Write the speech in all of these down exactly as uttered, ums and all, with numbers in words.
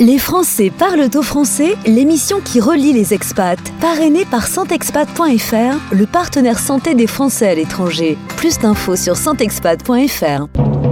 Les Français parlent au français, l'émission qui relie les expats. Parrainée par Santexpat point F R, le partenaire santé des Français à l'étranger. Plus d'infos sur Santexpat point F R.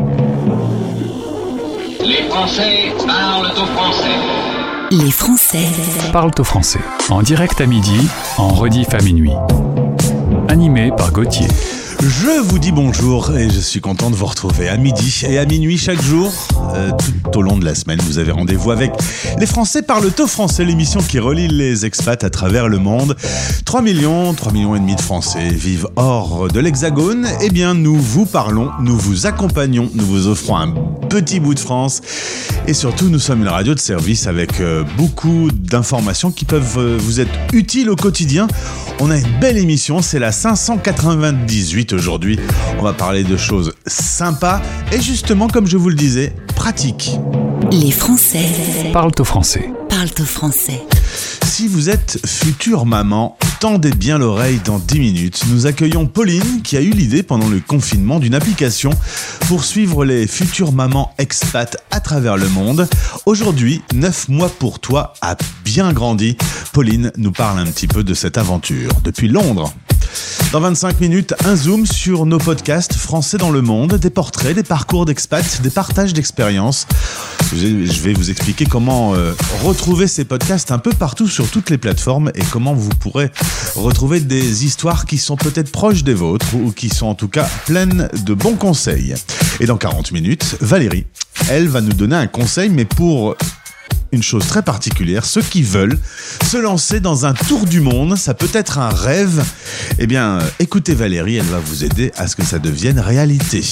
Les Français parlent au français. Les Français parlent au français. En direct à midi, en rediff à minuit. Animé par Gauthier. Je vous dis bonjour et je suis content de vous retrouver à midi et à minuit chaque jour. Euh, tout au long de la semaine, vous avez rendez-vous avec Les Français parlent au français, l'émission qui relie les expats à travers le monde. trois millions, trois millions et demi de Français vivent hors de l'Hexagone. Eh bien, nous vous parlons, nous vous accompagnons, nous vous offrons un petit bout de France. Et surtout, nous sommes une radio de service avec euh, beaucoup d'informations qui peuvent euh, vous être utiles au quotidien. On a une belle émission, c'est la cinq cent quatre-vingt-dix-huit aujourd'hui. On va parler de choses sympas et justement, comme je vous le disais, pratiques. Les Français parlent au français. Parlent au français. Si vous êtes future maman, tendez bien l'oreille dans dix minutes. Nous accueillons Pauline qui a eu l'idée pendant le confinement d'une application pour suivre les futures mamans expats à travers le monde. Aujourd'hui, neuf mois pour toi a bien grandi. Pauline nous parle un petit peu de cette aventure depuis Londres. Dans vingt-cinq minutes, un zoom sur nos podcasts Français dans le monde, des portraits, des parcours d'expats, des partages d'expériences. Je vais vous expliquer comment euh, retrouver ces podcasts un peu partout sur toutes les plateformes et comment vous pourrez retrouver des histoires qui sont peut-être proches des vôtres ou qui sont en tout cas pleines de bons conseils. Et dans quarante minutes, Valérie, elle va nous donner un conseil, mais pour une chose très particulière, ceux qui veulent se lancer dans un tour du monde, ça peut être un rêve. Eh bien, écoutez Valérie, elle va vous aider à ce que ça devienne réalité.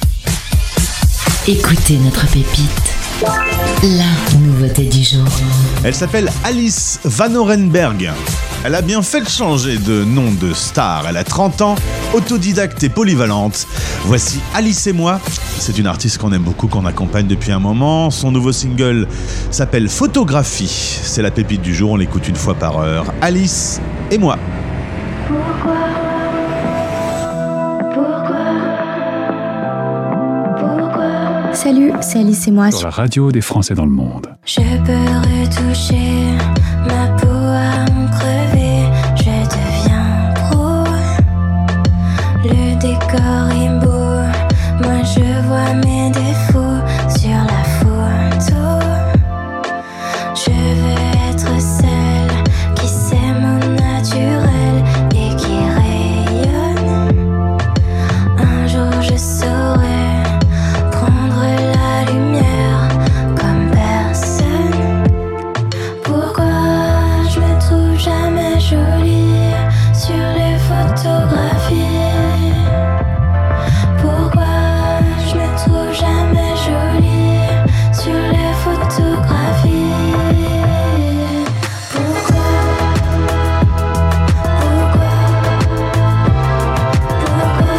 Écoutez notre pépite, la nouveauté du jour. Elle s'appelle Alice Van Orenberg. Elle a bien fait de changer de nom de star. Elle a trente ans, autodidacte et polyvalente. Voici Alice et moi. C'est une artiste qu'on aime beaucoup, qu'on accompagne depuis un moment. Son nouveau single s'appelle Photographie. C'est la pépite du jour, on l'écoute une fois par heure. Alice et moi. Pourquoi ? Pourquoi ? Pourquoi ? Salut, c'est Alice et moi. Sur la radio des Français dans le monde. Je peux retoucher ma peau à en crever. Je deviens pro. Le décor est beau. Moi je vois mes défauts sur la photo. Je veux être celle qui sait mon naturel et qui rayonne. Un jour je saurai prendre la lumière comme personne. Pourquoi je me trouve jamais jolie sur les photographies? Pourquoi je me trouve jamais jolie sur les photographies? Pourquoi? Pourquoi? Pourquoi?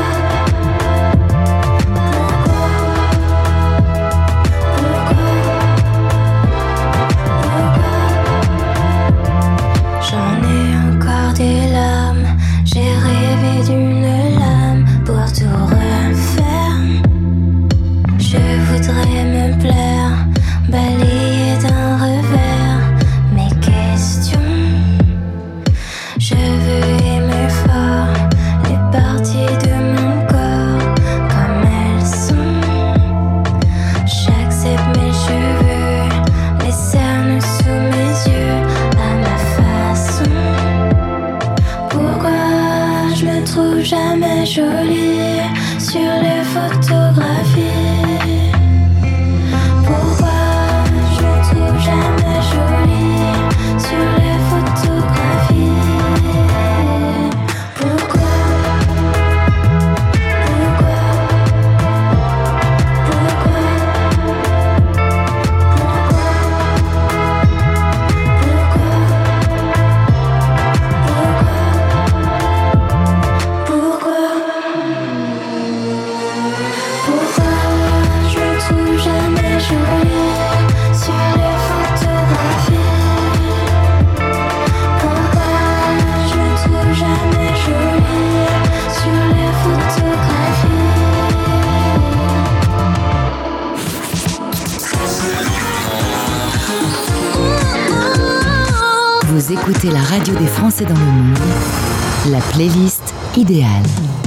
J'en ai encore des larmes. J'ai rêvé d'une lame pour tout refaire. Je voudrais me plaire, balayer d'un revers mes questions. Je veux aimer fort les parties de mon corps comme elles sont. J'accepte mes cheveux, les cernes sous mes yeux à ma façon. Pourquoi je me trouve jamais jolie sur les photographies? Pourquoi je me trouve jamais jolie sur les photographies? Pourquoi? Pourquoi? Pourquoi? Pourquoi? Pourquoi? Pourquoi? Vous écoutez la radio des Français dans le monde, la playlist idéale.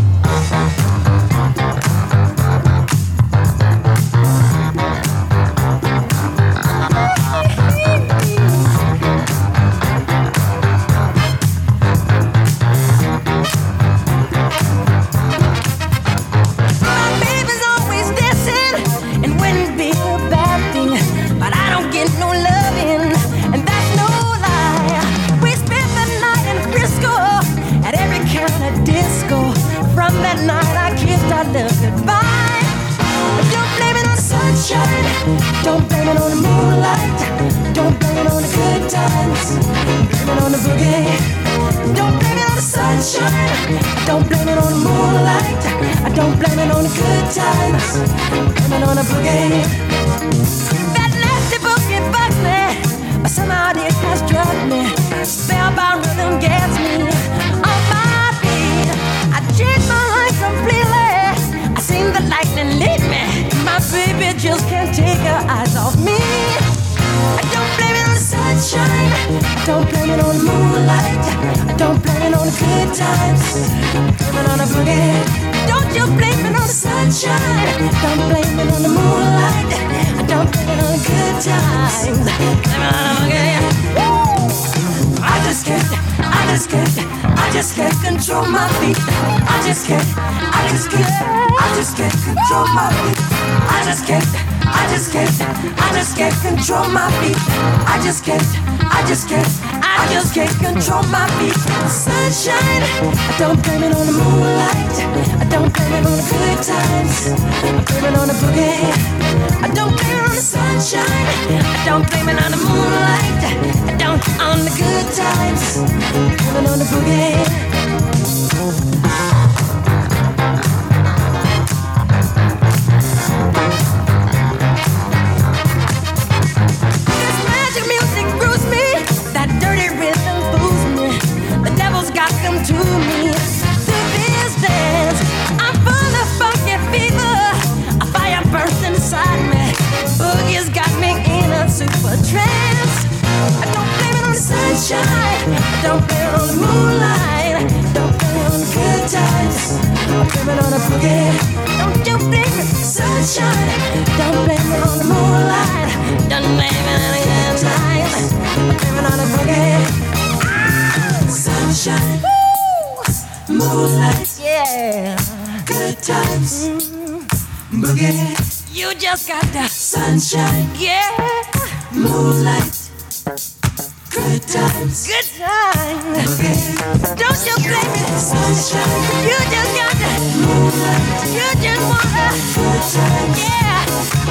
Don't blame it on the moonlight. Don't blame it on the good times. Blame it on the boogie. Don't blame it on the sunshine. Don't blame it on the moonlight. I don't blame it on the good times. Blame it on the boogie. That nasty boogie bugs me, but somehow it has drugged me. Spellbound rhythm gets me on my feet. I changed my life completely. I seen the lightning lead me. My baby just can't take her eyes off me. I don't blame it on the sunshine. I don't blame it on the moonlight. I don't blame it on the good times. Blame it on the boogie. Don't you blame it on the sunshine. Don't blame it on the moonlight. I don't blame it on the good times. Blame it on the boogie. Woo! I just can't, I just can't, I just can't control my feet. I just can't, I just can't, I just can't control my feet. I just can't, I just can't, I just can't control my feet. I just can't, I just can't, I just can't control my feet. Sunshine, I don't blame it on the moonlight. I don't blame it on the good times. I blame it on the boogie. I don't blame it on the sunshine. I don't blame it on the moonlight. I don't on the good times. I blame it on the boogie. To me, through this dance, I'm full of funky fever. A fire bursts inside me. Boogie's got me in a super trance. I don't blame it on the sunshine. I don't blame it on the moonlight. Don't blame it on the good times. I blame it on the boogie. Don't you blame it on the sunshine. Don't blame it on the moonlight. Don't blame it on the good times. I blame it on the boogie. Ah, sunshine. Moonlight, yeah, good times, mm-hmm. Boogie. You just got the sunshine, yeah. Moonlight, good times, good times, Boogie. Don't you blame it, sunshine. You just got the moonlight. You just want the good times, yeah.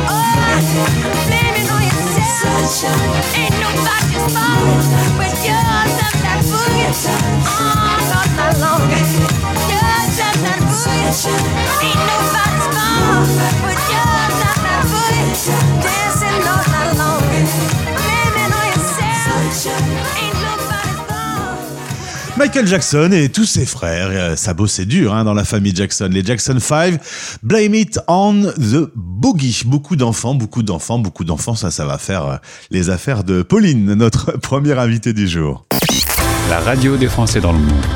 Oh, blame it on yourself. Sunshine, ain't nobody's fault but yours and that boogie. Oh, not that long. Yours and that boogie. Ain't nobody's fault but yours and that boogie. Dancing all night long. Blame it on yourself. Ain't nobody's fault. Michael Jackson et tous ses frères, ça bossait dur hein, dans la famille Jackson, les Jackson five, Blame It on the Boogie. Beaucoup d'enfants, beaucoup d'enfants, beaucoup d'enfants, ça, ça va faire les affaires de Pauline, notre première invitée du jour. La radio des Français dans le monde.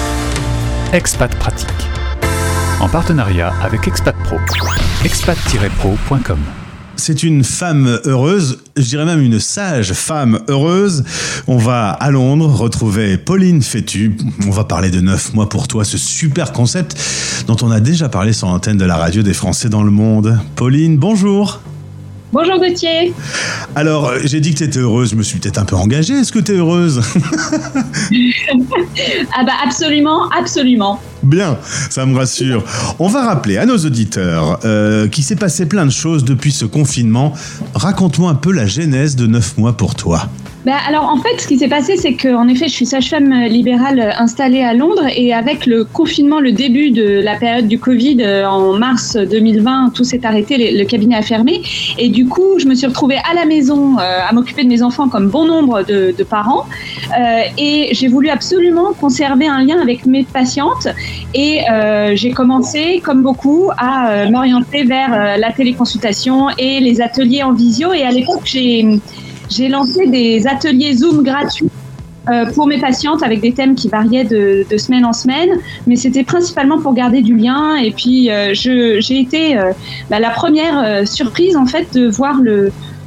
Expat Pratique. En partenariat avec Expat Pro. expat tiret pro point com. C'est une femme heureuse, je dirais même une sage femme heureuse. On va à Londres retrouver Pauline Fétu. On va parler de neuf mois pour toi, ce super concept dont on a déjà parlé sur l'antenne de la radio des Français dans le monde. Pauline, bonjour. Bonjour Gauthier. Alors, j'ai dit que tu étais heureuse, je me suis peut-être un peu engagée. Est-ce que tu es heureuse ? Ah bah absolument, absolument. Bien, ça me rassure. On va rappeler à nos auditeurs euh, qu'il s'est passé plein de choses depuis ce confinement. Raconte-moi un peu la genèse de neuf mois pour toi. Bah alors en fait, ce qui s'est passé, c'est qu'en effet, je suis sage-femme libérale installée à Londres et avec le confinement, le début de la période du Covid en mars deux mille vingt, tout s'est arrêté, le cabinet a fermé et du coup, je me suis retrouvée à la maison euh, à m'occuper de mes enfants comme bon nombre de, de parents euh, et j'ai voulu absolument conserver un lien avec mes patientes et euh, j'ai commencé, comme beaucoup, à euh, m'orienter vers euh, la téléconsultation et les ateliers en visio et à l'époque, j'ai... J'ai lancé des ateliers Zoom gratuits euh, pour mes patientes avec des thèmes qui variaient de, de semaine en semaine, mais c'était principalement pour garder du lien. Et puis euh, je, j'ai été euh, bah, la première euh, surprise en fait de voir le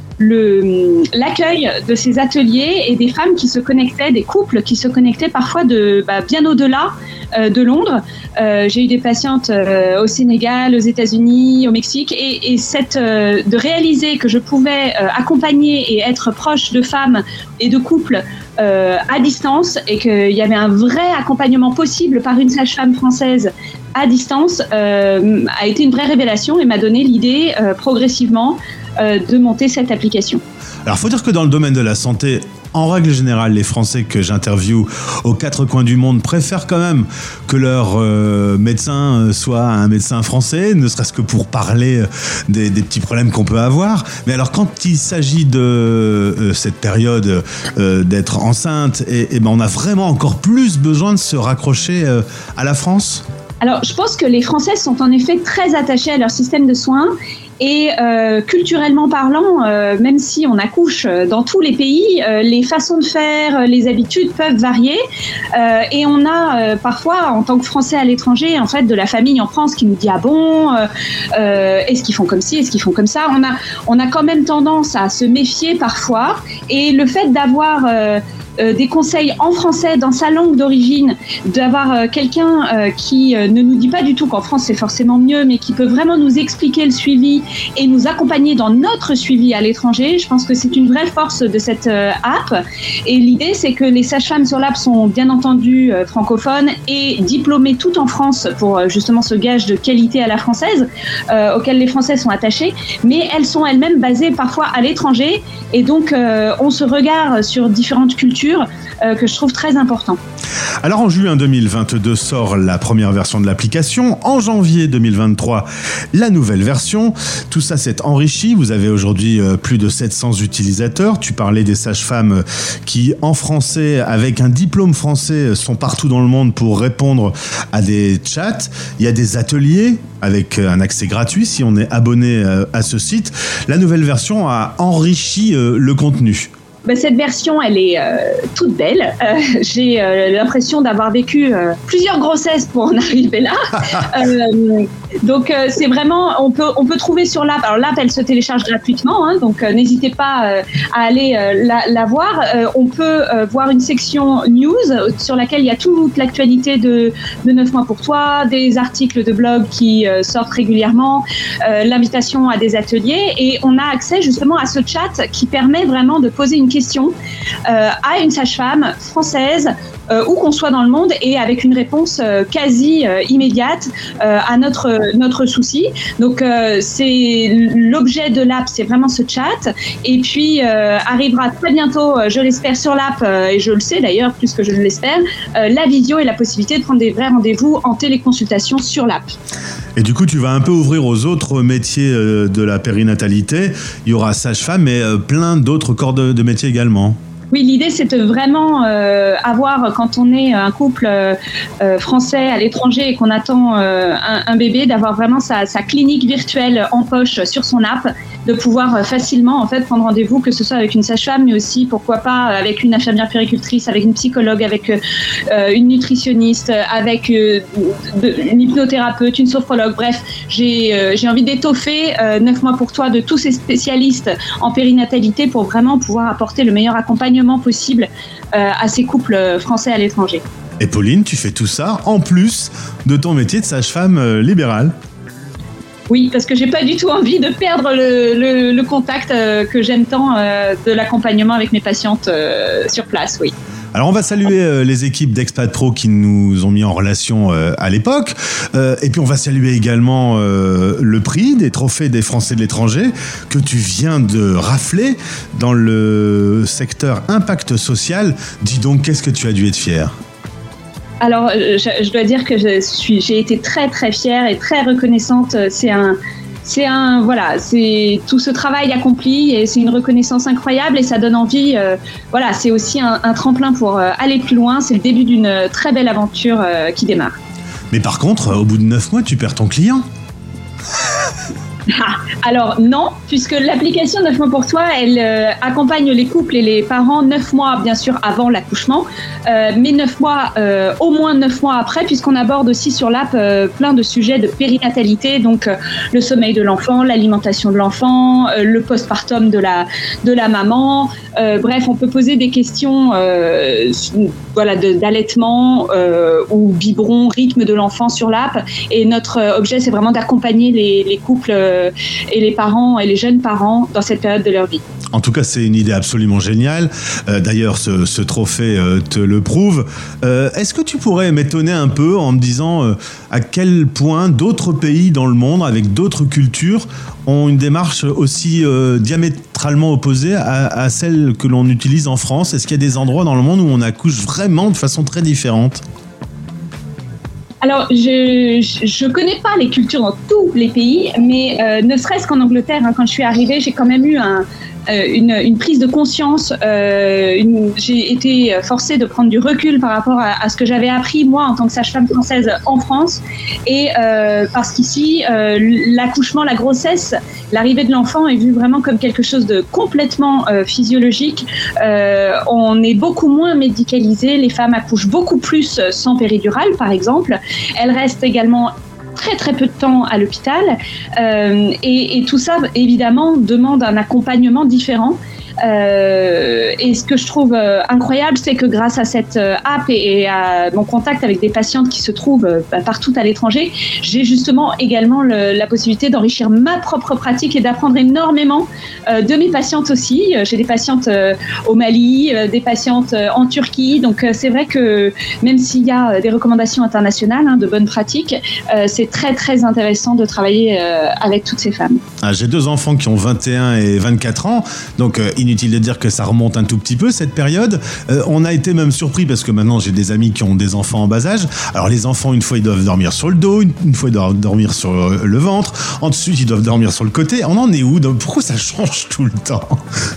Le, l'accueil de ces ateliers et des femmes qui se connectaient, des couples qui se connectaient parfois de, bah, bien au-delà euh, de Londres. Euh, j'ai eu des patientes euh, au Sénégal, aux États-Unis, au Mexique, et, et cette, euh, de réaliser que je pouvais euh, accompagner et être proche de femmes et de couples euh, à distance, et qu'il y avait un vrai accompagnement possible par une sage-femme française à distance, euh, a été une vraie révélation et m'a donné l'idée euh, progressivement euh, de monter cette application. Alors, il faut dire que dans le domaine de la santé, en règle générale, les Français que j'interviewe aux quatre coins du monde préfèrent quand même que leur euh, médecin soit un médecin français, ne serait-ce que pour parler des, des petits problèmes qu'on peut avoir. Mais alors, quand il s'agit de euh, cette période euh, d'être enceinte, et, et ben on a vraiment encore plus besoin de se raccrocher euh, à la France. Alors, je pense que les Français sont en effet très attachés à leur système de soins. Et euh, culturellement parlant, euh, même si on accouche dans tous les pays, euh, les façons de faire, les habitudes peuvent varier. Euh, et on a euh, parfois, en tant que Français à l'étranger, en fait, de la famille en France qui nous dit ah bon, euh, euh, est-ce qu'ils font comme ci, est-ce qu'ils font comme ça. On a, on a quand même tendance à se méfier parfois. Et le fait d'avoir euh, Euh, des conseils en français dans sa langue d'origine, d'avoir euh, quelqu'un euh, qui euh, ne nous dit pas du tout qu'en France c'est forcément mieux, mais qui peut vraiment nous expliquer le suivi et nous accompagner dans notre suivi à l'étranger. Je pense que c'est une vraie force de cette euh, app. Et l'idée, c'est que les sages-femmes sur l'app sont bien entendu euh, francophones et diplômées tout en France pour euh, justement ce gage de qualité à la française euh, auquel les Français sont attachés, mais elles sont elles-mêmes basées parfois à l'étranger, et donc euh, on se regarde sur différentes cultures Euh, que je trouve très important. Alors en juin deux mille vingt-deux sort la première version de l'application. En janvier deux mille vingt-trois, la nouvelle version. Tout ça s'est enrichi. Vous avez aujourd'hui euh, plus de sept cents utilisateurs. Tu parlais des sages-femmes qui, en français, avec un diplôme français, sont partout dans le monde pour répondre à des chats. Il y a des ateliers avec un accès gratuit si on est abonné euh, à ce site. La nouvelle version a enrichi euh, le contenu. Cette version, elle est euh, toute belle. Euh, j'ai euh, l'impression d'avoir vécu euh, plusieurs grossesses pour en arriver là. euh, donc, euh, c'est vraiment, on peut, on peut trouver sur l'app. Alors, l'app, elle se télécharge gratuitement, hein, donc euh, n'hésitez pas euh, à aller euh, la, la voir. Euh, on peut euh, voir une section news sur laquelle il y a toute l'actualité de, de neuf mois pour toi, des articles de blog qui euh, sortent régulièrement, euh, l'invitation à des ateliers, et on a accès justement à ce chat qui permet vraiment de poser une question question euh, à une sage-femme française euh, où qu'on soit dans le monde, et avec une réponse euh, quasi euh, immédiate euh, à notre, notre souci. Donc euh, c'est l'objet de l'app, c'est vraiment ce chat, et puis euh, arrivera très bientôt, euh, je l'espère, sur l'app, euh, et je le sais d'ailleurs plus que je ne l'espère, euh, la visio et la possibilité de prendre des vrais rendez-vous en téléconsultation sur l'app. Et du coup, tu vas un peu ouvrir aux autres métiers de la périnatalité. Il y aura sage-femme, mais plein d'autres corps de, de métiers également. Oui, l'idée, c'est de vraiment euh, avoir, quand on est un couple euh, français à l'étranger et qu'on attend euh, un, un bébé, d'avoir vraiment sa, sa clinique virtuelle en poche sur son app, de pouvoir facilement en fait prendre rendez-vous, que ce soit avec une sage-femme, mais aussi pourquoi pas avec une infirmière puéricultrice, avec une psychologue, avec euh, une nutritionniste, avec euh, de, une hypnothérapeute, une sophrologue. Bref, j'ai euh, j'ai envie d'étoffer euh, neuf mois pour toi de tous ces spécialistes en périnatalité pour vraiment pouvoir apporter le meilleur accompagnement possible euh, à ces couples français à l'étranger. Et Pauline, tu fais tout ça en plus de ton métier de sage-femme euh, libérale. Oui, parce que j'ai pas du tout envie de perdre le, le, le contact euh, que j'aime tant euh, de l'accompagnement avec mes patientes euh, sur place, oui. Alors on va saluer euh, les équipes d'Expat Pro qui nous ont mis en relation euh, à l'époque, euh, et puis on va saluer également euh, le prix des trophées des Français de l'étranger que tu viens de rafler dans le secteur impact social. Dis donc, qu'est-ce que tu as dû être fier? Alors, je, je dois dire que je suis, j'ai été très très fière et très reconnaissante. C'est un, c'est un, voilà, c'est tout ce travail accompli, et c'est une reconnaissance incroyable, et ça donne envie. Euh, voilà, c'est aussi un, un tremplin pour euh, aller plus loin. C'est le début d'une très belle aventure euh, qui démarre. Mais par contre, au bout de neuf mois, tu perds ton client. Ah, alors non, puisque l'application neuf mois pour toi, elle euh, accompagne les couples et les parents neuf mois bien sûr avant l'accouchement, euh, mais neuf mois, euh, au moins neuf mois après, puisqu'on aborde aussi sur l'app euh, plein de sujets de périnatalité, donc euh, le sommeil de l'enfant, l'alimentation de l'enfant, euh, le postpartum de la, de la maman, euh, bref, on peut poser des questions euh, voilà, de, d'allaitement euh, ou biberon, rythme de l'enfant sur l'app, et notre euh, objet c'est vraiment d'accompagner les, les couples euh, et les parents et les jeunes parents dans cette période de leur vie. En tout cas, c'est une idée absolument géniale. Euh, d'ailleurs, ce, ce trophée euh, te le prouve. Euh, est-ce que tu pourrais m'étonner un peu en me disant euh, à quel point d'autres pays dans le monde, avec d'autres cultures, ont une démarche aussi euh, diamétralement opposée à, à celle que l'on utilise en France? Est-ce qu'il y a des endroits dans le monde où on accouche vraiment de façon très différente? Alors, je ne connais pas les cultures dans tous les pays, mais euh, ne serait-ce qu'en Angleterre, hein, quand je suis arrivée, j'ai quand même eu un, euh, une, une prise de conscience. Euh, une, j'ai été forcée de prendre du recul par rapport à, à ce que j'avais appris, moi, en tant que sage-femme française en France. Et euh, parce qu'ici, euh, l'accouchement, la grossesse, l'arrivée de l'enfant est vue vraiment comme quelque chose de complètement euh, physiologique. Euh, on est beaucoup moins médicalisé. Les femmes accouchent beaucoup plus sans péridurale, par exemple. Elles restent également très très peu de temps à l'hôpital euh, et, et tout ça évidemment demande un accompagnement différent. Euh, et ce que je trouve euh, incroyable, c'est que grâce à cette euh, app et, et à mon contact avec des patientes qui se trouvent euh, partout à l'étranger, j'ai justement également le, la possibilité d'enrichir ma propre pratique et d'apprendre énormément euh, de mes patientes aussi. J'ai des patientes euh, au Mali, euh, des patientes euh, en Turquie, donc euh, c'est vrai que même s'il y a des recommandations internationales hein, de bonnes pratiques, euh, c'est très très intéressant de travailler euh, avec toutes ces femmes. Ah, j'ai deux enfants qui ont vingt et un et vingt-quatre ans, donc euh, inutile de dire que ça remonte un tout petit peu cette période. Euh, on a été même surpris parce que maintenant j'ai des amis qui ont des enfants en bas âge. Alors les enfants, une fois ils doivent dormir sur le dos, une, une fois ils doivent dormir sur le ventre, ensuite ils doivent dormir sur le côté. On en est où? Pourquoi ça change tout le temps?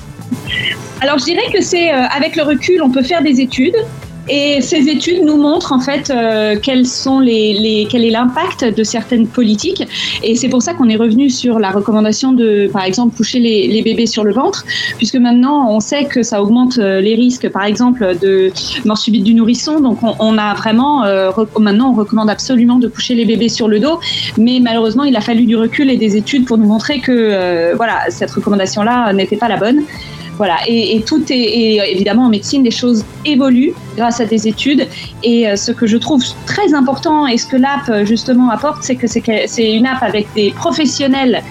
Alors je dirais que c'est euh, avec le recul, on peut faire des études. Et ces études nous montrent en fait euh, quels sont les, les, quel est l'impact de certaines politiques. Et c'est pour ça qu'on est revenu sur la recommandation de, par exemple, coucher les, les bébés sur le ventre, puisque maintenant on sait que ça augmente les risques, par exemple, de mort subite du nourrisson. Donc on, on a vraiment, euh, maintenant on recommande absolument de coucher les bébés sur le dos. Mais malheureusement, il a fallu du recul et des études pour nous montrer que euh, voilà, cette recommandation-là n'était pas la bonne. Voilà, et, et tout est, et évidemment en médecine, les choses évoluent grâce à des études. Et euh, ce que je trouve très important et ce que l'app justement apporte, c'est que c'est, que c'est une app avec des professionnels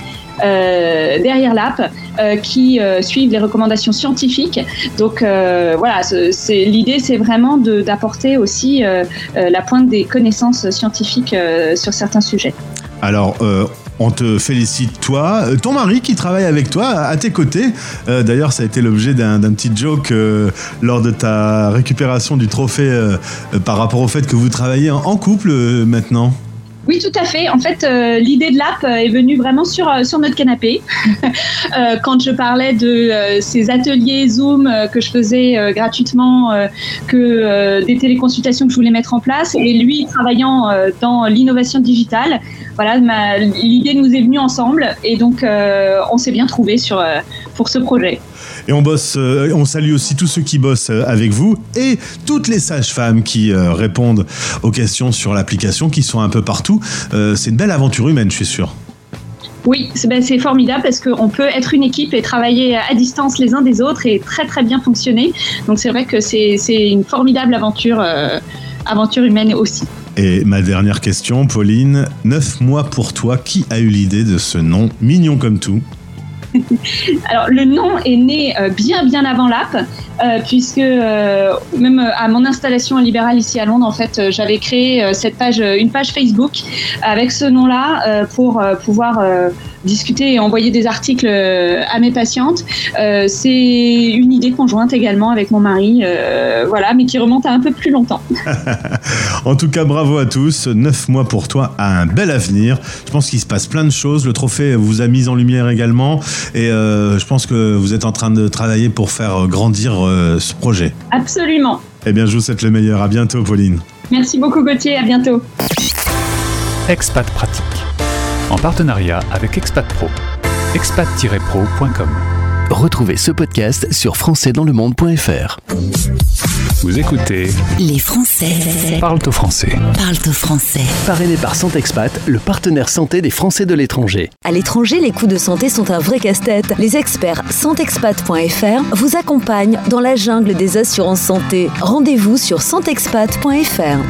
euh, derrière l'app euh, qui euh, suivent les recommandations scientifiques. Donc euh, voilà, c'est, c'est, l'idée c'est vraiment de, d'apporter aussi euh, euh, la pointe des connaissances scientifiques euh, sur certains sujets. Alors, euh, on te félicite, toi, ton mari qui travaille avec toi, à tes côtés. Euh, d'ailleurs, ça a été l'objet d'un, d'un petit joke euh, lors de ta récupération du trophée euh, euh, par rapport au fait que vous travaillez en, en couple euh, maintenant. Oui, tout à fait. En fait, euh, l'idée de l'app est venue vraiment sur, euh, sur notre canapé. euh, quand je parlais de euh, ces ateliers Zoom euh, que je faisais euh, gratuitement, euh, que euh, des téléconsultations que je voulais mettre en place, et lui travaillant euh, dans l'innovation digitale, voilà, ma, l'idée nous est venue ensemble et donc euh, on s'est bien trouvé sur, euh, pour ce projet. Et on bosse, euh, on salue aussi tous ceux qui bossent avec vous et toutes les sages-femmes qui euh, répondent aux questions sur l'application, qui sont un peu partout. Euh, c'est une belle aventure humaine, je suis sûr. Oui, c'est, ben, c'est formidable parce qu'on peut être une équipe et travailler à distance les uns des autres et très très bien fonctionner. Donc c'est vrai que c'est, c'est une formidable aventure, euh, aventure humaine aussi. Et ma dernière question, Pauline, neuf mois pour toi, qui a eu l'idée de ce nom mignon comme tout? Alors le nom est né euh, bien bien avant l'app, euh, puisque euh, même à mon installation à Libéral ici à Londres, en fait, euh, j'avais créé euh, cette page, une page Facebook avec ce nom-là euh, pour euh, pouvoir euh, discuter et envoyer des articles euh, à mes patientes. Euh, c'est une idée conjointe également avec mon mari, euh, voilà, mais qui remonte à un peu plus longtemps. En tout cas, bravo à tous. Neuf mois pour toi a un bel avenir. Je pense qu'il se passe plein de choses. Le trophée vous a mis en lumière également. Et euh, je pense que vous êtes en train de travailler pour faire grandir euh, ce projet. Absolument. Eh bien, je vous souhaite le meilleur. À bientôt, Pauline. Merci beaucoup, Gauthier. À bientôt. Expat Pratique, en partenariat avec Expat Pro. expat tiret pro point com. Retrouvez ce podcast sur français dans le monde point f r. Vous écoutez Les Français Parle au français. parlent au français. Parrainé par Santexpat, le partenaire santé des Français de l'étranger. À l'étranger, les coûts de santé sont un vrai casse-tête. Les experts santexpat point f r vous accompagnent dans la jungle des assurances santé. Rendez-vous sur santexpat point f r.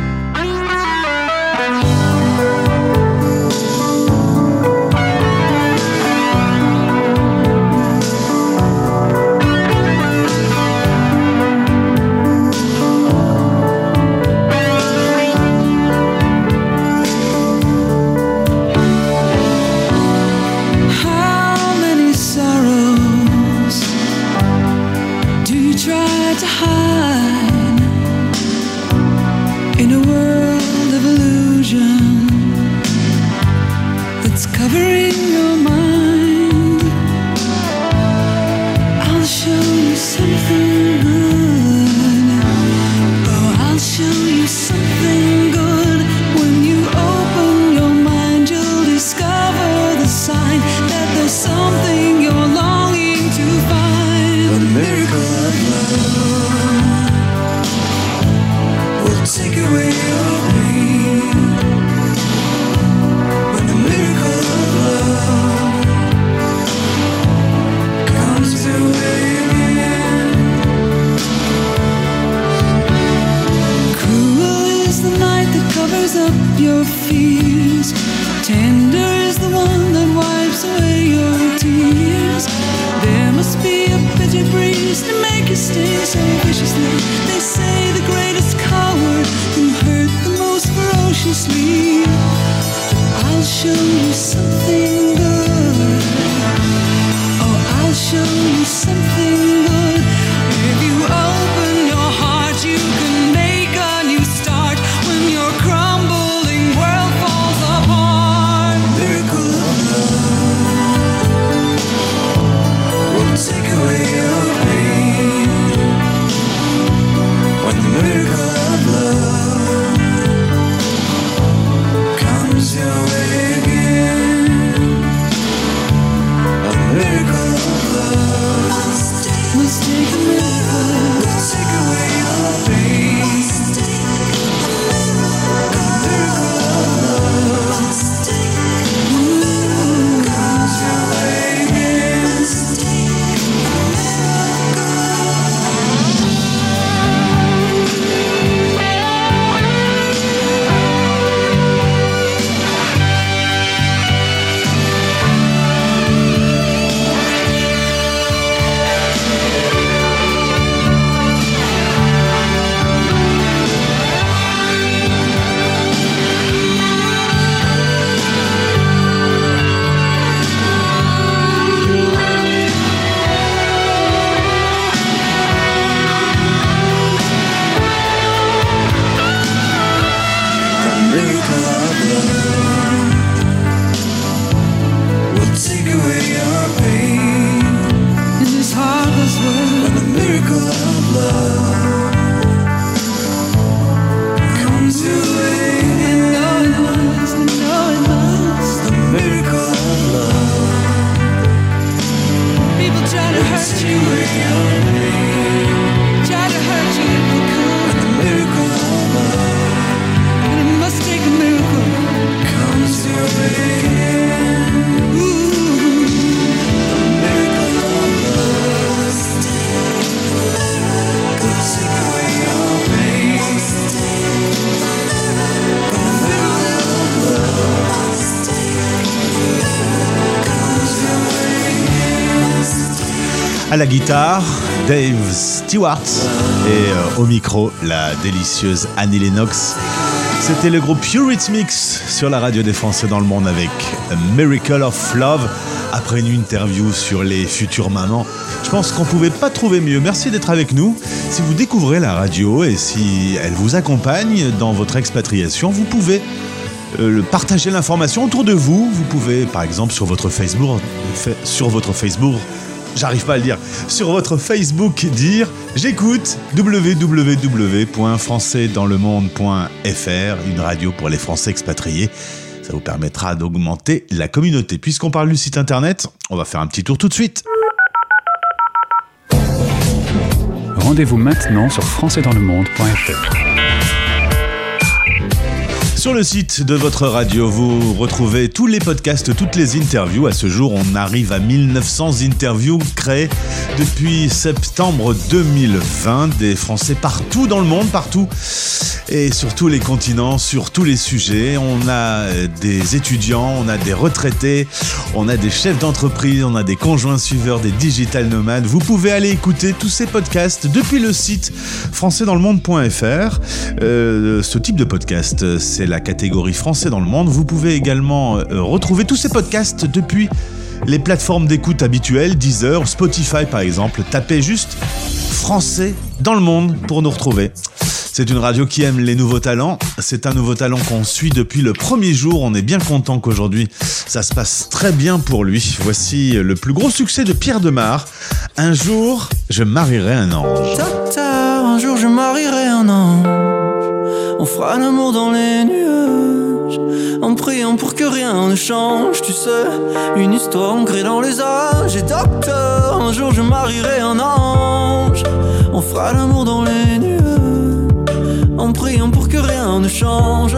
À la guitare, Dave Stewart et euh, au micro, la délicieuse Annie Lennox. C'était le groupe Eurythmics sur la radio des Français dans le monde avec A Miracle of Love. Après une interview sur les futures mamans, je pense qu'on ne pouvait pas trouver mieux. Merci d'être avec nous. Si vous découvrez la radio et si elle vous accompagne dans votre expatriation, vous pouvez euh, partager l'information autour de vous. Vous pouvez, par exemple, sur votre Facebook, sur votre Facebook, j'arrive pas à le dire, sur votre Facebook dire j'écoute w w w point français dans le monde point f r, une radio pour les Français expatriés. Ça vous permettra d'augmenter la communauté. Puisqu'on parle du site internet, on va faire un petit tour tout de suite. Rendez-vous maintenant sur français dans le monde point f r. Sur le site de votre radio, vous retrouvez tous les podcasts, toutes les interviews. À ce jour, on arrive à mille neuf cents interviews créées depuis septembre deux mille vingt. Des Français partout dans le monde, partout. Et sur tous les continents, sur tous les sujets. On a des étudiants, on a des retraités, on a des chefs d'entreprise, on a des conjoints suiveurs, des digital nomades. Vous pouvez aller écouter tous ces podcasts depuis le site français dans le monde point f r. Euh, ce type de podcast, c'est la catégorie Français dans le monde. Vous pouvez également euh, retrouver tous ces podcasts depuis les plateformes d'écoute habituelles, Deezer, Spotify par exemple. Tapez juste Français dans le monde pour nous retrouver. C'est une radio qui aime les nouveaux talents. C'est un nouveau talent qu'on suit depuis le premier jour. On est bien content qu'aujourd'hui, ça se passe très bien pour lui. Voici le plus gros succès de Pierre Demar. Un jour, je marierai un ange. Docteur, un jour je marierai un ange. On fera l'amour dans les nuages, en priant pour que rien ne change. Tu sais, une histoire ancrée dans les âges. Et docteur, un jour je marierai un ange. On fera l'amour dans les nuages, en priant pour que rien ne change.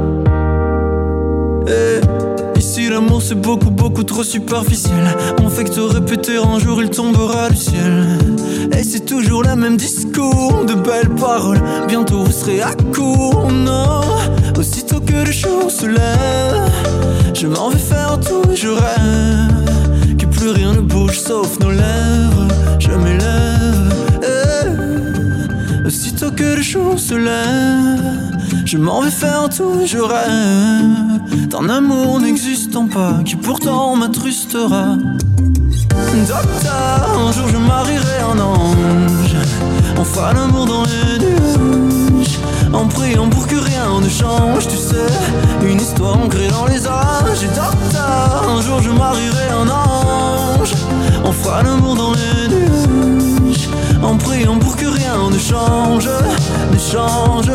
Et ici l'amour c'est beaucoup beaucoup trop superficiel. On fait que te répéter un jour il tombera du ciel. Et c'est toujours le même discours, de belles paroles. Bientôt vous serez à court, non. Aussitôt que le jour se lève, je m'en vais faire tout et je rêve que plus rien ne bouge sauf nos lèvres. Je m'élève, eh. Aussitôt que le jour se lève, je m'en vais faire tout et je rêve d'un amour n'existant pas qui pourtant m'attrustera. Docteur, un jour je marierai un ange. On fera l'amour dans les nuages, en priant pour que rien ne change. Tu sais, une histoire ancrée dans les âges. Et docteur, un jour je marierai un ange. On fera l'amour dans les nuages, en priant pour que rien ne change, ne change.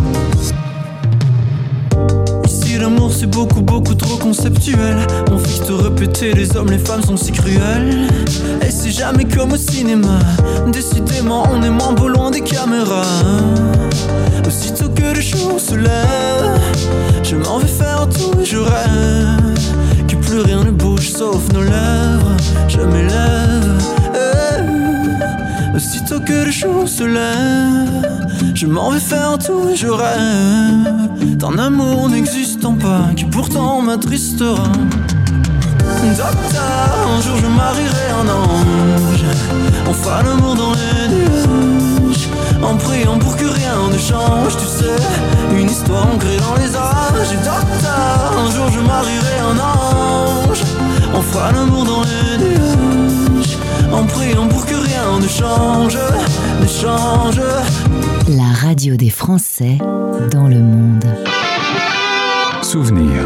L'amour c'est beaucoup beaucoup trop conceptuel. On fait te répéter, les hommes les femmes sont si cruels. Et c'est jamais comme au cinéma. Décidément on est moins beau loin des caméras. Aussitôt que le jour se lève, je m'en vais faire tout et je rêve que plus rien ne bouge sauf nos lèvres. Je m'élève, eh. Aussitôt que le jour se lève, je m'en vais faire tout et je rêve d'un amour n'existant pas qui pourtant m'attristera. Docteur, un jour je marierai un ange. On fera l'amour dans les nuages, en priant pour que rien ne change. Tu sais, une histoire ancrée dans les âges. Et docteur, un jour je marierai un ange. On fera l'amour dans les nuages, en priant pour que rien ne change, ne change. La radio des Français dans le monde. Souvenir.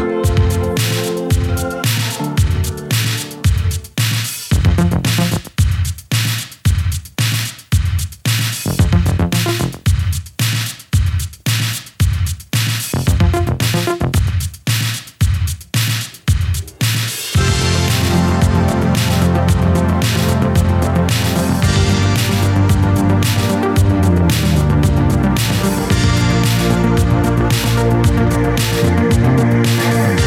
We'll be right back.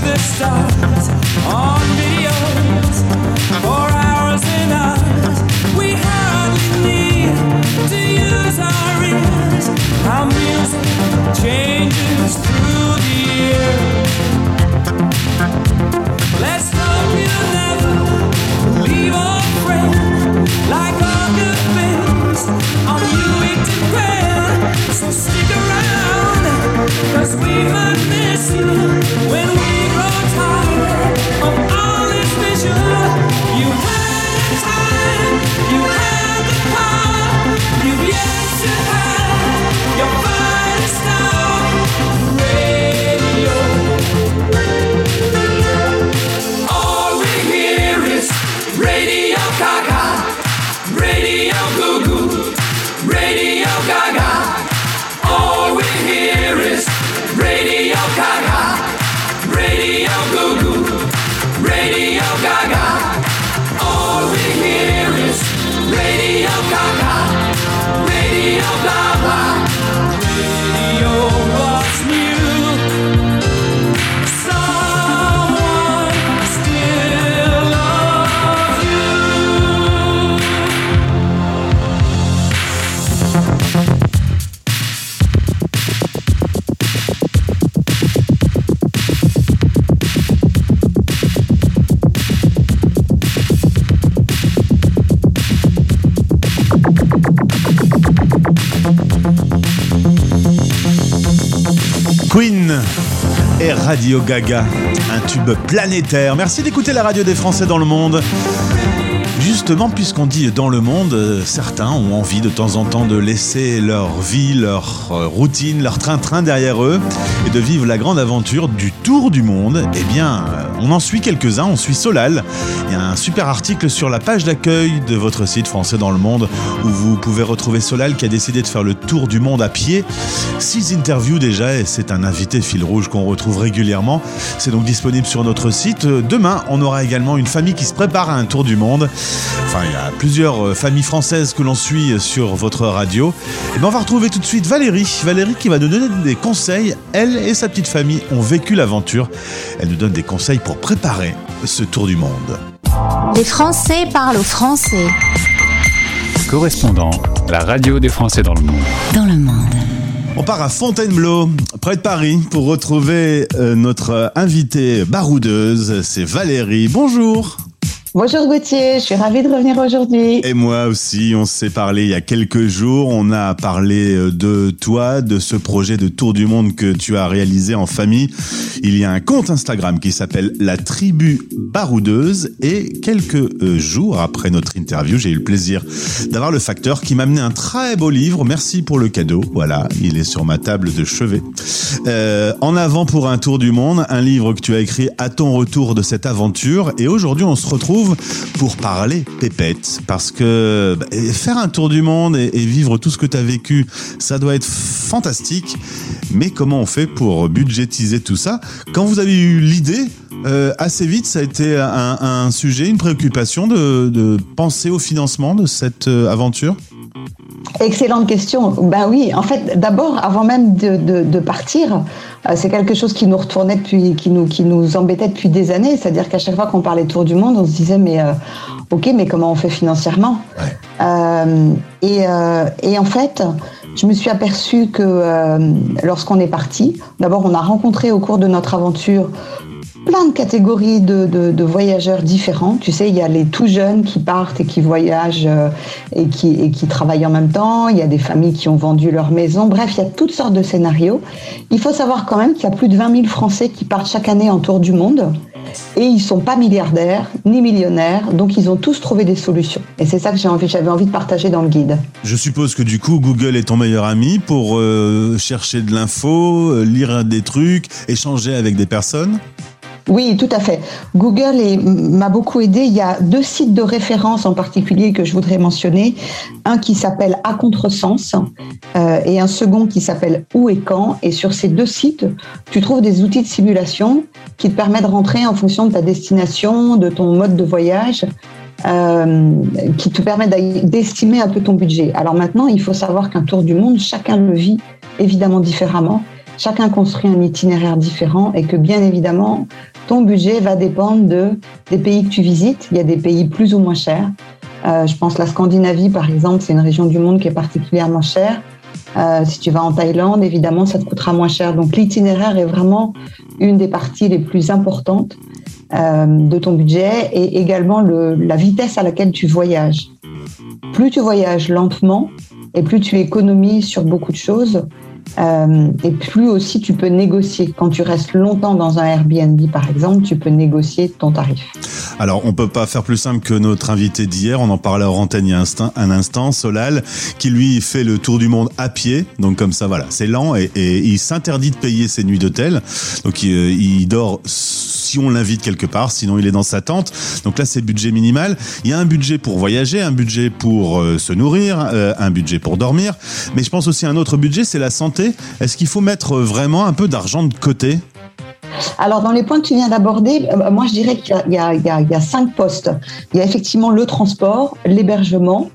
the stars on videos for hours and hours. We hardly need to use our ears. Our music changes through the year. Let's hope you'll never leave our friend. Like all good things on you it depends. So stick around, cause we might miss you when we grow tired of all this vision. You had the time, you had the power, you've yet to have your finest star. Radio. All we hear is Radio Gaga, Radio Goo Goo, Radio Gaga. All we hear is Radio Gaga, Radio Goo Goo, Radio Gaga. All we hear is Radio Gaga, Radio Gaga. Radio loves you. Someone still loves you. Queen et Radio Gaga, un tube planétaire. Merci d'écouter la radio des Français dans le monde. Justement, puisqu'on dit dans le monde, certains ont envie de temps en temps de laisser leur vie, leur routine, leur train-train derrière eux et de vivre la grande aventure du tour du monde. Eh bien, on en suit quelques-uns, on suit Solal. Il y a un super article sur la page d'accueil de votre site Français dans le monde où vous pouvez retrouver Solal qui a décidé de faire le tour du monde à pied. Six interviews déjà et c'est un invité fil rouge qu'on retrouve régulièrement. C'est donc disponible sur notre site. Demain, on aura également une famille qui se prépare à un tour du monde. Enfin, il y a plusieurs familles françaises que l'on suit sur votre radio. Et bien, on va retrouver tout de suite Valérie. Valérie qui va nous donner des conseils. Elle et sa petite famille ont vécu l'aventure. Elle nous donne des conseils pour préparer ce tour du monde. Les Français parlent aux Français. Correspondant, la radio des Français dans le monde. Dans le monde. On part à Fontainebleau, près de Paris, pour retrouver euh, notre invitée baroudeuse. C'est Valérie. Bonjour. Bonjour Gauthier, je suis ravie de revenir aujourd'hui. Et moi aussi, on s'est parlé il y a quelques jours. On a parlé de toi, de ce projet de tour du monde que tu as réalisé en famille. Il y a un compte Instagram qui s'appelle La Tribu Baroudeuse. Et quelques jours après notre interview, j'ai eu le plaisir d'avoir le facteur qui m'a amené un très beau livre. Merci pour le cadeau. Voilà, il est sur ma table de chevet. Euh, en avant pour un tour du monde, un livre que tu as écrit à ton retour de cette aventure. Et aujourd'hui, on se retrouve pour parler pépette, parce que bah, faire un tour du monde et, et vivre tout ce que tu as vécu, ça doit être fantastique, mais comment on fait pour budgétiser tout ça? Quand vous avez eu l'idée, euh, assez vite, ça a été un, un sujet, une préoccupation de, de penser au financement de cette euh, aventure? Excellente question. Ben oui, en fait, d'abord, avant même de, de, de partir, euh, c'est quelque chose qui nous retournait depuis, qui nous, qui nous embêtait depuis des années. C'est-à-dire qu'à chaque fois qu'on parlait tour du monde, on se disait, mais euh, ok, mais comment on fait financièrement? Ouais. euh, et, euh, et en fait, je me suis aperçue que euh, lorsqu'on est parti, d'abord, on a rencontré au cours de notre aventure plein de catégories de, de, de voyageurs différents. Tu sais, il y a les tout jeunes qui partent et qui voyagent euh, et, qui, et qui travaillent en même temps. Il y a des familles qui ont vendu leur maison. Bref, il y a toutes sortes de scénarios. Il faut savoir quand même qu'il y a plus de vingt mille Français qui partent chaque année en tour du monde. Et ils ne sont pas milliardaires ni millionnaires. Donc, ils ont tous trouvé des solutions. Et c'est ça que j'ai envie, j'avais envie de partager dans le guide. Je suppose que du coup, Google est ton meilleur ami pour euh, chercher de l'info, euh, lire des trucs, échanger avec des personnes. Oui, tout à fait. Google est, m'a beaucoup aidé. Il y a deux sites de référence en particulier que je voudrais mentionner. Un qui s'appelle À Contresens euh, et un second qui s'appelle Où et Quand. Et sur ces deux sites, tu trouves des outils de simulation qui te permettent de rentrer en fonction de ta destination, de ton mode de voyage, euh, qui te permettent d'estimer un peu ton budget. Alors maintenant, il faut savoir qu'un tour du monde, chacun le vit évidemment différemment. chacun construit un itinéraire différent et que bien évidemment, ton budget va dépendre de, des pays que tu visites. Il y a des pays plus ou moins chers. Euh, je pense la Scandinavie, par exemple, c'est une région du monde qui est particulièrement chère. Euh, si tu vas en Thaïlande, évidemment, ça te coûtera moins cher. Donc, l'itinéraire est vraiment une des parties les plus importantes euh, de ton budget et également le, la vitesse à laquelle tu voyages. Plus tu voyages lentement et plus tu économises sur beaucoup de choses, Euh, et plus aussi tu peux négocier. Quand tu restes longtemps dans un Airbnb, par exemple, tu peux négocier ton tarif. Alors, on peut pas faire plus simple que notre invité d'hier. On en parlait hors antenne il y a un instant, Solal, qui lui fait le tour du monde à pied. Donc comme ça, voilà, c'est lent et, et il s'interdit de payer ses nuits d'hôtel. Donc il, il dort si on l'invite quelque part, sinon il est dans sa tente. Donc là, c'est budget minimal. Il y a un budget pour voyager, un budget pour euh, se nourrir, euh, un budget pour dormir. Mais je pense aussi à un autre budget, c'est la santé. Est-ce qu'il faut mettre vraiment un peu d'argent de côté ? Alors, dans les points que tu viens d'aborder, euh, moi, je dirais qu'il y a, il y a, il y a, il y a cinq postes. Il y a effectivement le transport, l'hébergement,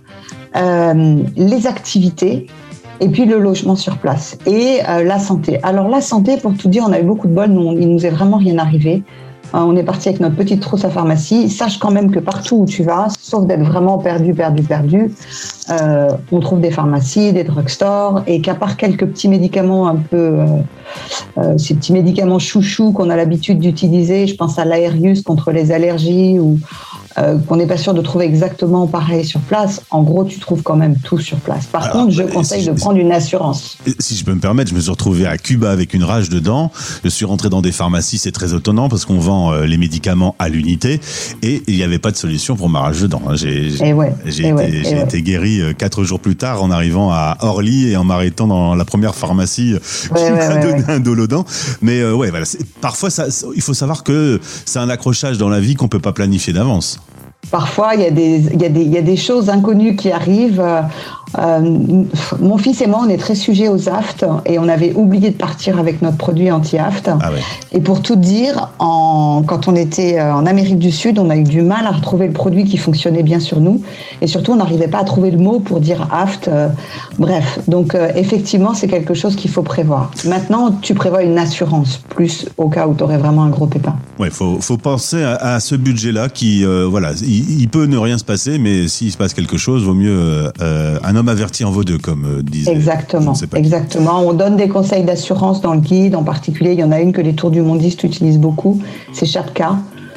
euh, les activités et puis le logement sur place et euh, la santé. Alors, la santé, pour tout dire, on a eu beaucoup de bol. Nous, il nous est vraiment rien arrivé. Euh, on est parti avec notre petite trousse à pharmacie. Sache quand même que partout où tu vas, sauf d'être vraiment perdu, perdu, perdu, euh, on trouve des pharmacies, des drugstores, et qu'à part quelques petits médicaments un peu, euh, euh, ces petits médicaments chouchous qu'on a l'habitude d'utiliser, je pense à l'Aerius contre les allergies ou euh, qu'on n'est pas sûr de trouver exactement pareil sur place. En gros, tu trouves quand même tout sur place. Par Alors, contre, je conseille si de je, prendre une assurance. Si je peux me permettre, je me suis retrouvé à Cuba avec une rage de dents. Je suis rentré dans des pharmacies, c'est très étonnant parce qu'on vend euh, les médicaments à l'unité et il n'y avait pas de solution pour ma rage de dents. J'ai, j'ai, ouais, j'ai, été, ouais, j'ai ouais. été guéri euh, quatre jours plus tard en arrivant à Orly et en m'arrêtant dans la première pharmacie euh, qui ouais, m'a ouais, donné ouais. un dolodent. Mais euh, ouais, voilà. C'est, parfois, ça, il faut savoir que c'est un accrochage dans la vie qu'on peut pas planifier d'avance. Parfois, il y a des, il y a des, il y a des choses inconnues qui arrivent. Euh, mon fils et moi, on est très sujets aux aftes et on avait oublié de partir avec notre produit anti-aft. Ah ouais. Et pour tout dire, en, quand on était en Amérique du Sud, on a eu du mal à retrouver le produit qui fonctionnait bien sur nous. Et surtout, on n'arrivait pas à trouver le mot pour dire aft. Euh, bref, donc euh, effectivement, c'est quelque chose qu'il faut prévoir. Maintenant, tu prévois une assurance, plus au cas où tu aurais vraiment un gros pépin. Ouais, faut, faut penser à, à ce budget-là qui, euh, voilà, il, il peut ne rien se passer, mais s'il se passe quelque chose, vaut mieux euh, un homme averti en vaut deux, comme euh, disait. Exactement, exactement. On donne des conseils d'assurance dans le guide, en particulier, il y en a une que les Tours du Mondiste utilisent beaucoup, c'est Chapka.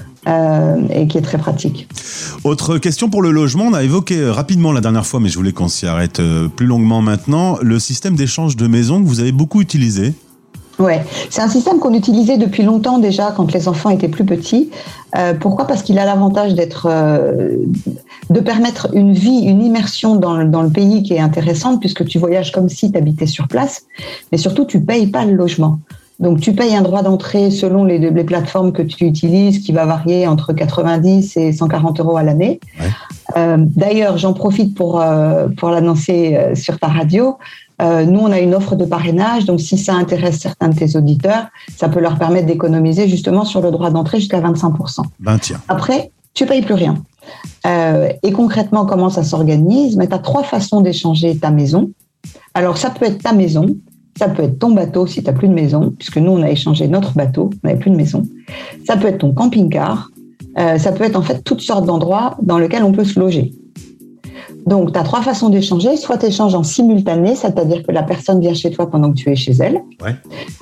Euh, et qui est très pratique. Autre question pour le logement, on a évoqué rapidement la dernière fois, mais je voulais qu'on s'y arrête plus longuement maintenant, le système d'échange de maisons que vous avez beaucoup utilisé. Ouais, c'est un système qu'on utilisait depuis longtemps déjà quand les enfants étaient plus petits. Euh, pourquoi ? Parce qu'il a l'avantage d'être, euh, de permettre une vie, une immersion dans le, dans le pays qui est intéressante puisque tu voyages comme si tu habitais sur place, mais surtout tu payes pas le logement. Donc, tu payes un droit d'entrée selon les, les plateformes que tu utilises, qui va varier entre quatre-vingt-dix et cent quarante euros à l'année. Ouais. Euh, d'ailleurs, j'en profite pour, euh, pour l'annoncer euh, sur ta radio. Euh, nous, on a une offre de parrainage. Donc, si ça intéresse certains de tes auditeurs, ça peut leur permettre d'économiser justement sur le droit d'entrée jusqu'à vingt-cinq pour cent. Ben, tiens. Après, tu payes plus rien. Euh, et concrètement, comment ça s'organise ? Mais tu as trois façons d'échanger ta maison. Alors, ça peut être ta maison. Ça peut être ton bateau si tu n'as plus de maison, puisque nous, on a échangé notre bateau, on n'avait plus de maison. Ça peut être ton camping-car. Euh, ça peut être en fait toutes sortes d'endroits dans lesquels on peut se loger. Donc, tu as trois façons d'échanger. Soit tu échanges en simultané, c'est-à-dire que la personne vient chez toi pendant que tu es chez elle. Ouais.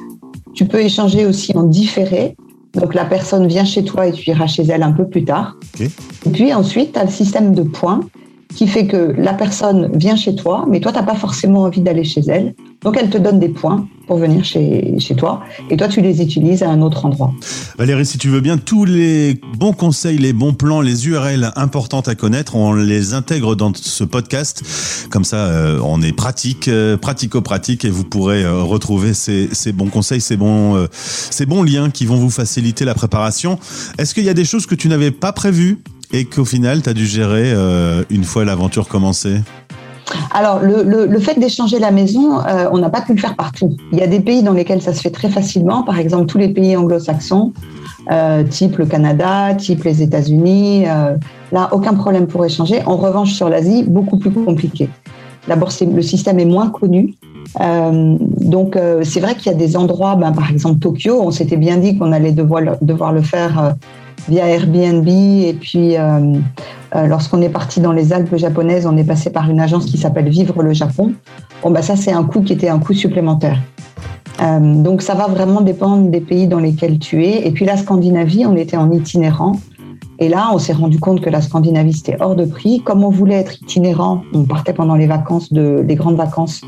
Tu peux échanger aussi en différé. Donc, la personne vient chez toi et tu iras chez elle un peu plus tard. Okay. Et puis ensuite, tu as le système de points qui fait que la personne vient chez toi, mais toi, tu n'as pas forcément envie d'aller chez elle. Donc, elle te donne des points pour venir chez, chez toi, et toi, tu les utilises à un autre endroit. Valérie, si tu veux bien, tous les bons conseils, les bons plans, les U R L importantes à connaître, on les intègre dans ce podcast. Comme ça, euh, on est pratique, euh, pratico-pratique, et vous pourrez euh, retrouver ces, ces bons conseils, ces bons, euh, ces bons liens qui vont vous faciliter la préparation. Est-ce qu'il y a des choses que tu n'avais pas prévues et qu'au final, tu as dû gérer euh, une fois l'aventure commencée ? Alors, le, le, le fait d'échanger la maison, euh, on n'a pas pu le faire partout. Il y a des pays dans lesquels ça se fait très facilement, par exemple tous les pays anglo-saxons, euh, type le Canada, type les États-Unis. Euh, là, aucun problème pour échanger. En revanche, sur l'Asie, beaucoup plus compliqué. D'abord, c'est, le système est moins connu. Euh, donc, euh, c'est vrai qu'il y a des endroits, ben, par exemple Tokyo, on s'était bien dit qu'on allait devoir le, devoir le faire euh, via Airbnb. Et puis, euh, euh, lorsqu'on est parti dans les Alpes japonaises, on est passé par une agence qui s'appelle Vivre le Japon. Bon, ben, ça, c'est un coût qui était un coût supplémentaire. Euh, donc, ça va vraiment dépendre des pays dans lesquels tu es. Et puis, la Scandinavie, on était en itinérant. Et là, on s'est rendu compte que la Scandinavie, c'était hors de prix. Comme on voulait être itinérant, on partait pendant les vacances, de, les grandes vacances.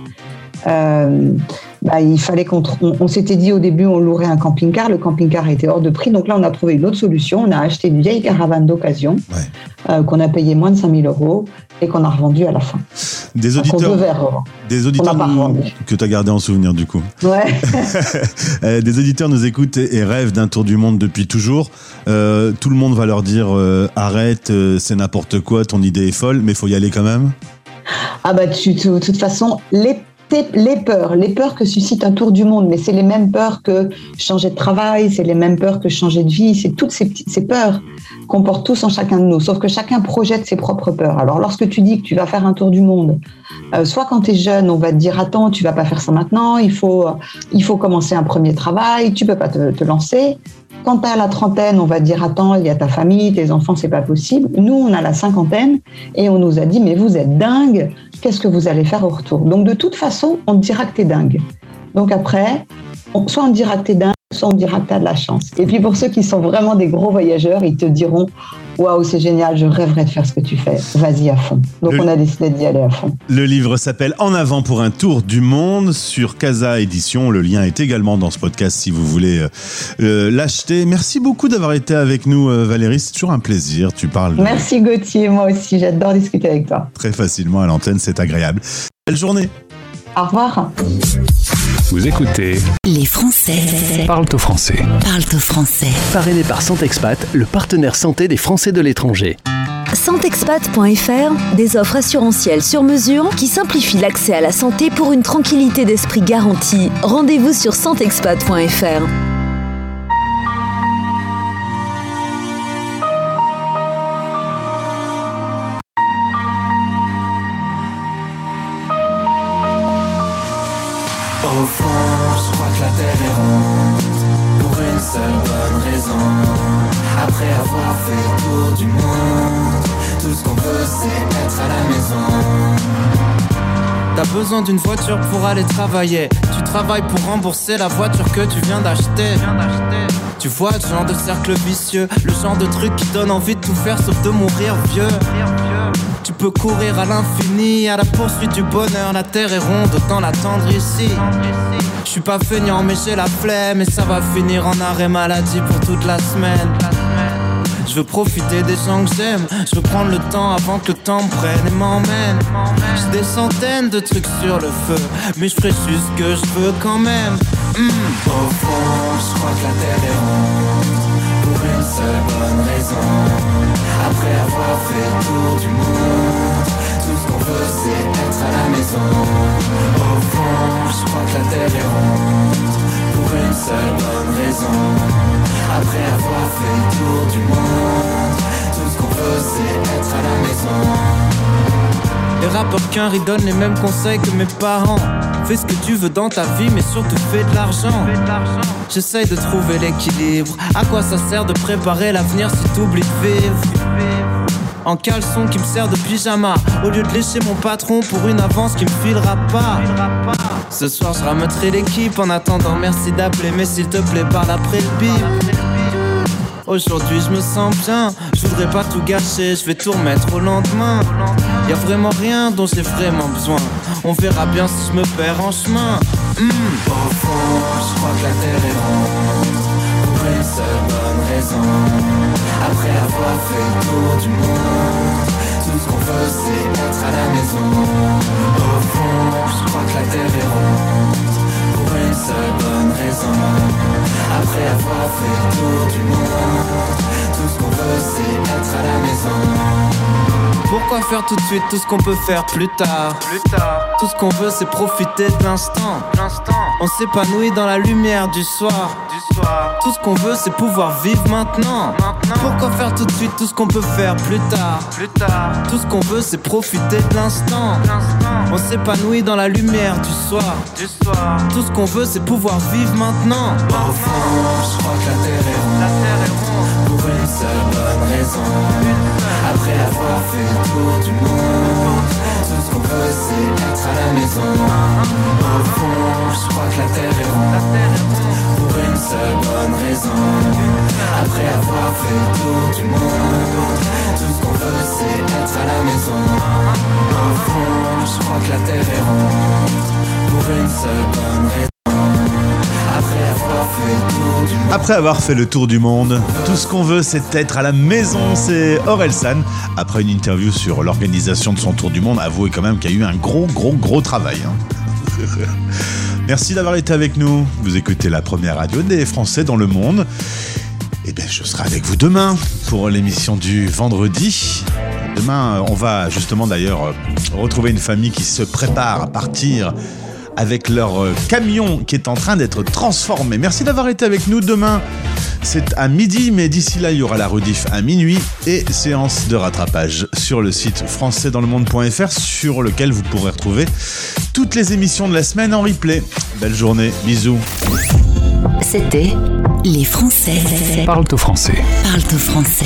Euh, bah, il fallait qu'on on, on s'était dit au début on louerait un camping-car, le camping-car était hors de prix, donc là on a trouvé une autre solution, on a acheté une vieille caravane d'occasion ouais. euh, qu'on a payé moins de cinq mille euros et qu'on a revendue à la fin. Des auditeurs, des auditeurs nous, que tu as gardé en souvenir du coup. Ouais. Des auditeurs nous écoutent et rêvent d'un tour du monde depuis toujours. Euh, tout le monde va leur dire euh, arrête, euh, c'est n'importe quoi, ton idée est folle, mais il faut y aller quand même. Ah bah tu, tu, de toute façon, les Les peurs, les peurs que suscite un tour du monde, mais c'est les mêmes peurs que changer de travail, c'est les mêmes peurs que changer de vie, c'est toutes ces, ces peurs qu'on porte tous en chacun de nous, sauf que chacun projette ses propres peurs. Alors lorsque tu dis que tu vas faire un tour du monde, euh, soit quand tu es jeune, on va te dire attends, tu vas pas faire ça maintenant, il faut, il faut commencer un premier travail, tu peux pas te, te lancer. Quand tu as la trentaine, on va te dire attends, il y a ta famille, tes enfants, c'est pas possible. Nous, on a la cinquantaine et on nous a dit mais vous êtes dingue, qu'est-ce que vous allez faire au retour? Donc de toute façon, on te dira que t'es dingue. Donc après, on, soit on te dira que t'es dingue, soit on te dira que t'as de la chance. Et puis pour ceux qui sont vraiment des gros voyageurs, ils te diront waouh, c'est génial, je rêverais de faire ce que tu fais. Vas-y à fond. Donc le, on a décidé d'y aller à fond. Le livre s'appelle En avant pour un tour du monde sur Casa Édition. Le lien est également dans ce podcast si vous voulez euh, l'acheter. Merci beaucoup d'avoir été avec nous, euh, Valérie. C'est toujours un plaisir. Tu parles. De... Merci Gauthier, moi aussi. J'adore discuter avec toi. Très facilement à l'antenne, c'est agréable. Belle journée. Au revoir. Vous écoutez Les Français parlent au français. Parlent au français. Parrainé par Santexpat, le partenaire santé des Français de l'étranger. Santexpat point F R, des offres assurantielles sur mesure qui simplifient l'accès à la santé pour une tranquillité d'esprit garantie. Rendez-vous sur Santexpat point F R. Au fond, je crois que la terre est ronde, pour une seule bonne raison. Après avoir fait le tour du monde, tout ce qu'on veut c'est être à la maison. T'as besoin d'une voiture pour aller travailler, tu travailles pour rembourser la voiture que tu viens d'acheter. Tu vois le genre de cercle vicieux, le genre de truc qui donne envie de tout faire sauf de mourir vieux. Tu peux courir à l'infini, à la poursuite du bonheur. La terre est ronde, autant l'attendre ici. Je suis pas feignant mais j'ai la flemme, et ça va finir en arrêt maladie pour toute la semaine. Je veux profiter des gens que j'aime, je veux prendre le temps avant que le temps me prenne et m'emmène. J'ai des centaines de trucs sur le feu, mais je ferai juste ce que je veux quand même. mmh. Au fond, je crois que la terre est ronde, pour une seule bonne raison. Après avoir fait le tour du monde, tout ce qu'on veut c'est être à la maison. Au fond, je crois que la terre est ronde, pour une seule bonne raison. Après avoir fait le tour du monde, tout ce qu'on veut c'est être à la maison. Les rappeurs qu'un riz donnent les mêmes conseils que mes parents. Fais ce que tu veux dans ta vie mais surtout fais de l'argent. J'essaye de trouver l'équilibre. À quoi ça sert de préparer l'avenir si t'oublies de vivre? En caleçon qui me sert de pyjama, au lieu de lécher mon patron pour une avance qui me filera pas. Ce soir je rameuterai l'équipe. En attendant merci d'appeler, mais s'il te plaît parle après le bip. Aujourd'hui je me sens bien, je voudrais pas tout gâcher, je vais tout remettre au lendemain. Y'a vraiment rien dont j'ai vraiment besoin, on verra bien si je me perds en chemin. mmh. Au fond, je crois que la terre est ronde, pour une seule bonne raison. Après avoir fait le tour du monde, tout ce qu'on veut c'est être à la maison. Au fond, je crois que la terre est ronde, pour une seule bonne raison. Après avoir fait le tour du monde, tout ce qu'on veut c'est être à la maison. Pourquoi Pourquoi faire tout de suite tout ce qu'on peut faire plus tard? Plus tard. Tout ce qu'on veut c'est profiter de l'instant. L'instant. On s'épanouit dans la lumière du soir. Du soir. Tout ce qu'on veut c'est pouvoir vivre maintenant. Maintenant. Pourquoi faire tout de suite tout ce qu'on peut faire plus tard? Plus tard. Tout ce qu'on veut c'est profiter de l'instant. L'instant. On s'épanouit dans la lumière du soir. Du soir. Tout ce qu'on veut c'est pouvoir vivre maintenant. Au fond, je crois que la terre est ronde. La terre est ronde. Pour une seule bonne raison. Après avoir fait le tour du monde, tout ce qu'on veut c'est être à la maison. Au fond, je crois que la terre est ronde. Pour une seule bonne raison. Après avoir fait le tour du monde, tout ce qu'on veut c'est être à la maison. Au fond, je crois que la terre est ronde. Pour une seule bonne raison. Après avoir fait le tour du monde. Après avoir fait le tour du monde, tout ce qu'on veut c'est être à la maison. C'est Orelsan. Après une interview sur l'organisation de son tour du monde, avouez quand même qu'il y a eu un gros gros gros travail, hein. Merci d'avoir été avec nous. Vous écoutez la première radio des Français dans le monde. Et bien je serai avec vous demain pour l'émission du vendredi. Demain on va justement d'ailleurs retrouver une famille qui se prépare à partir avec leur camion qui est en train d'être transformé. Merci d'avoir été avec nous. Demain, c'est à midi, mais d'ici là, il y aura la rediff à minuit et séance de rattrapage sur le site français dans le monde point f r sur lequel vous pourrez retrouver toutes les émissions de la semaine en replay. Belle journée, bisous. C'était Les Français. Parle au français. Parle au français.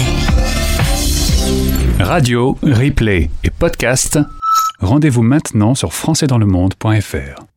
Radio, replay et podcast. Rendez-vous maintenant sur français dans le monde point f r.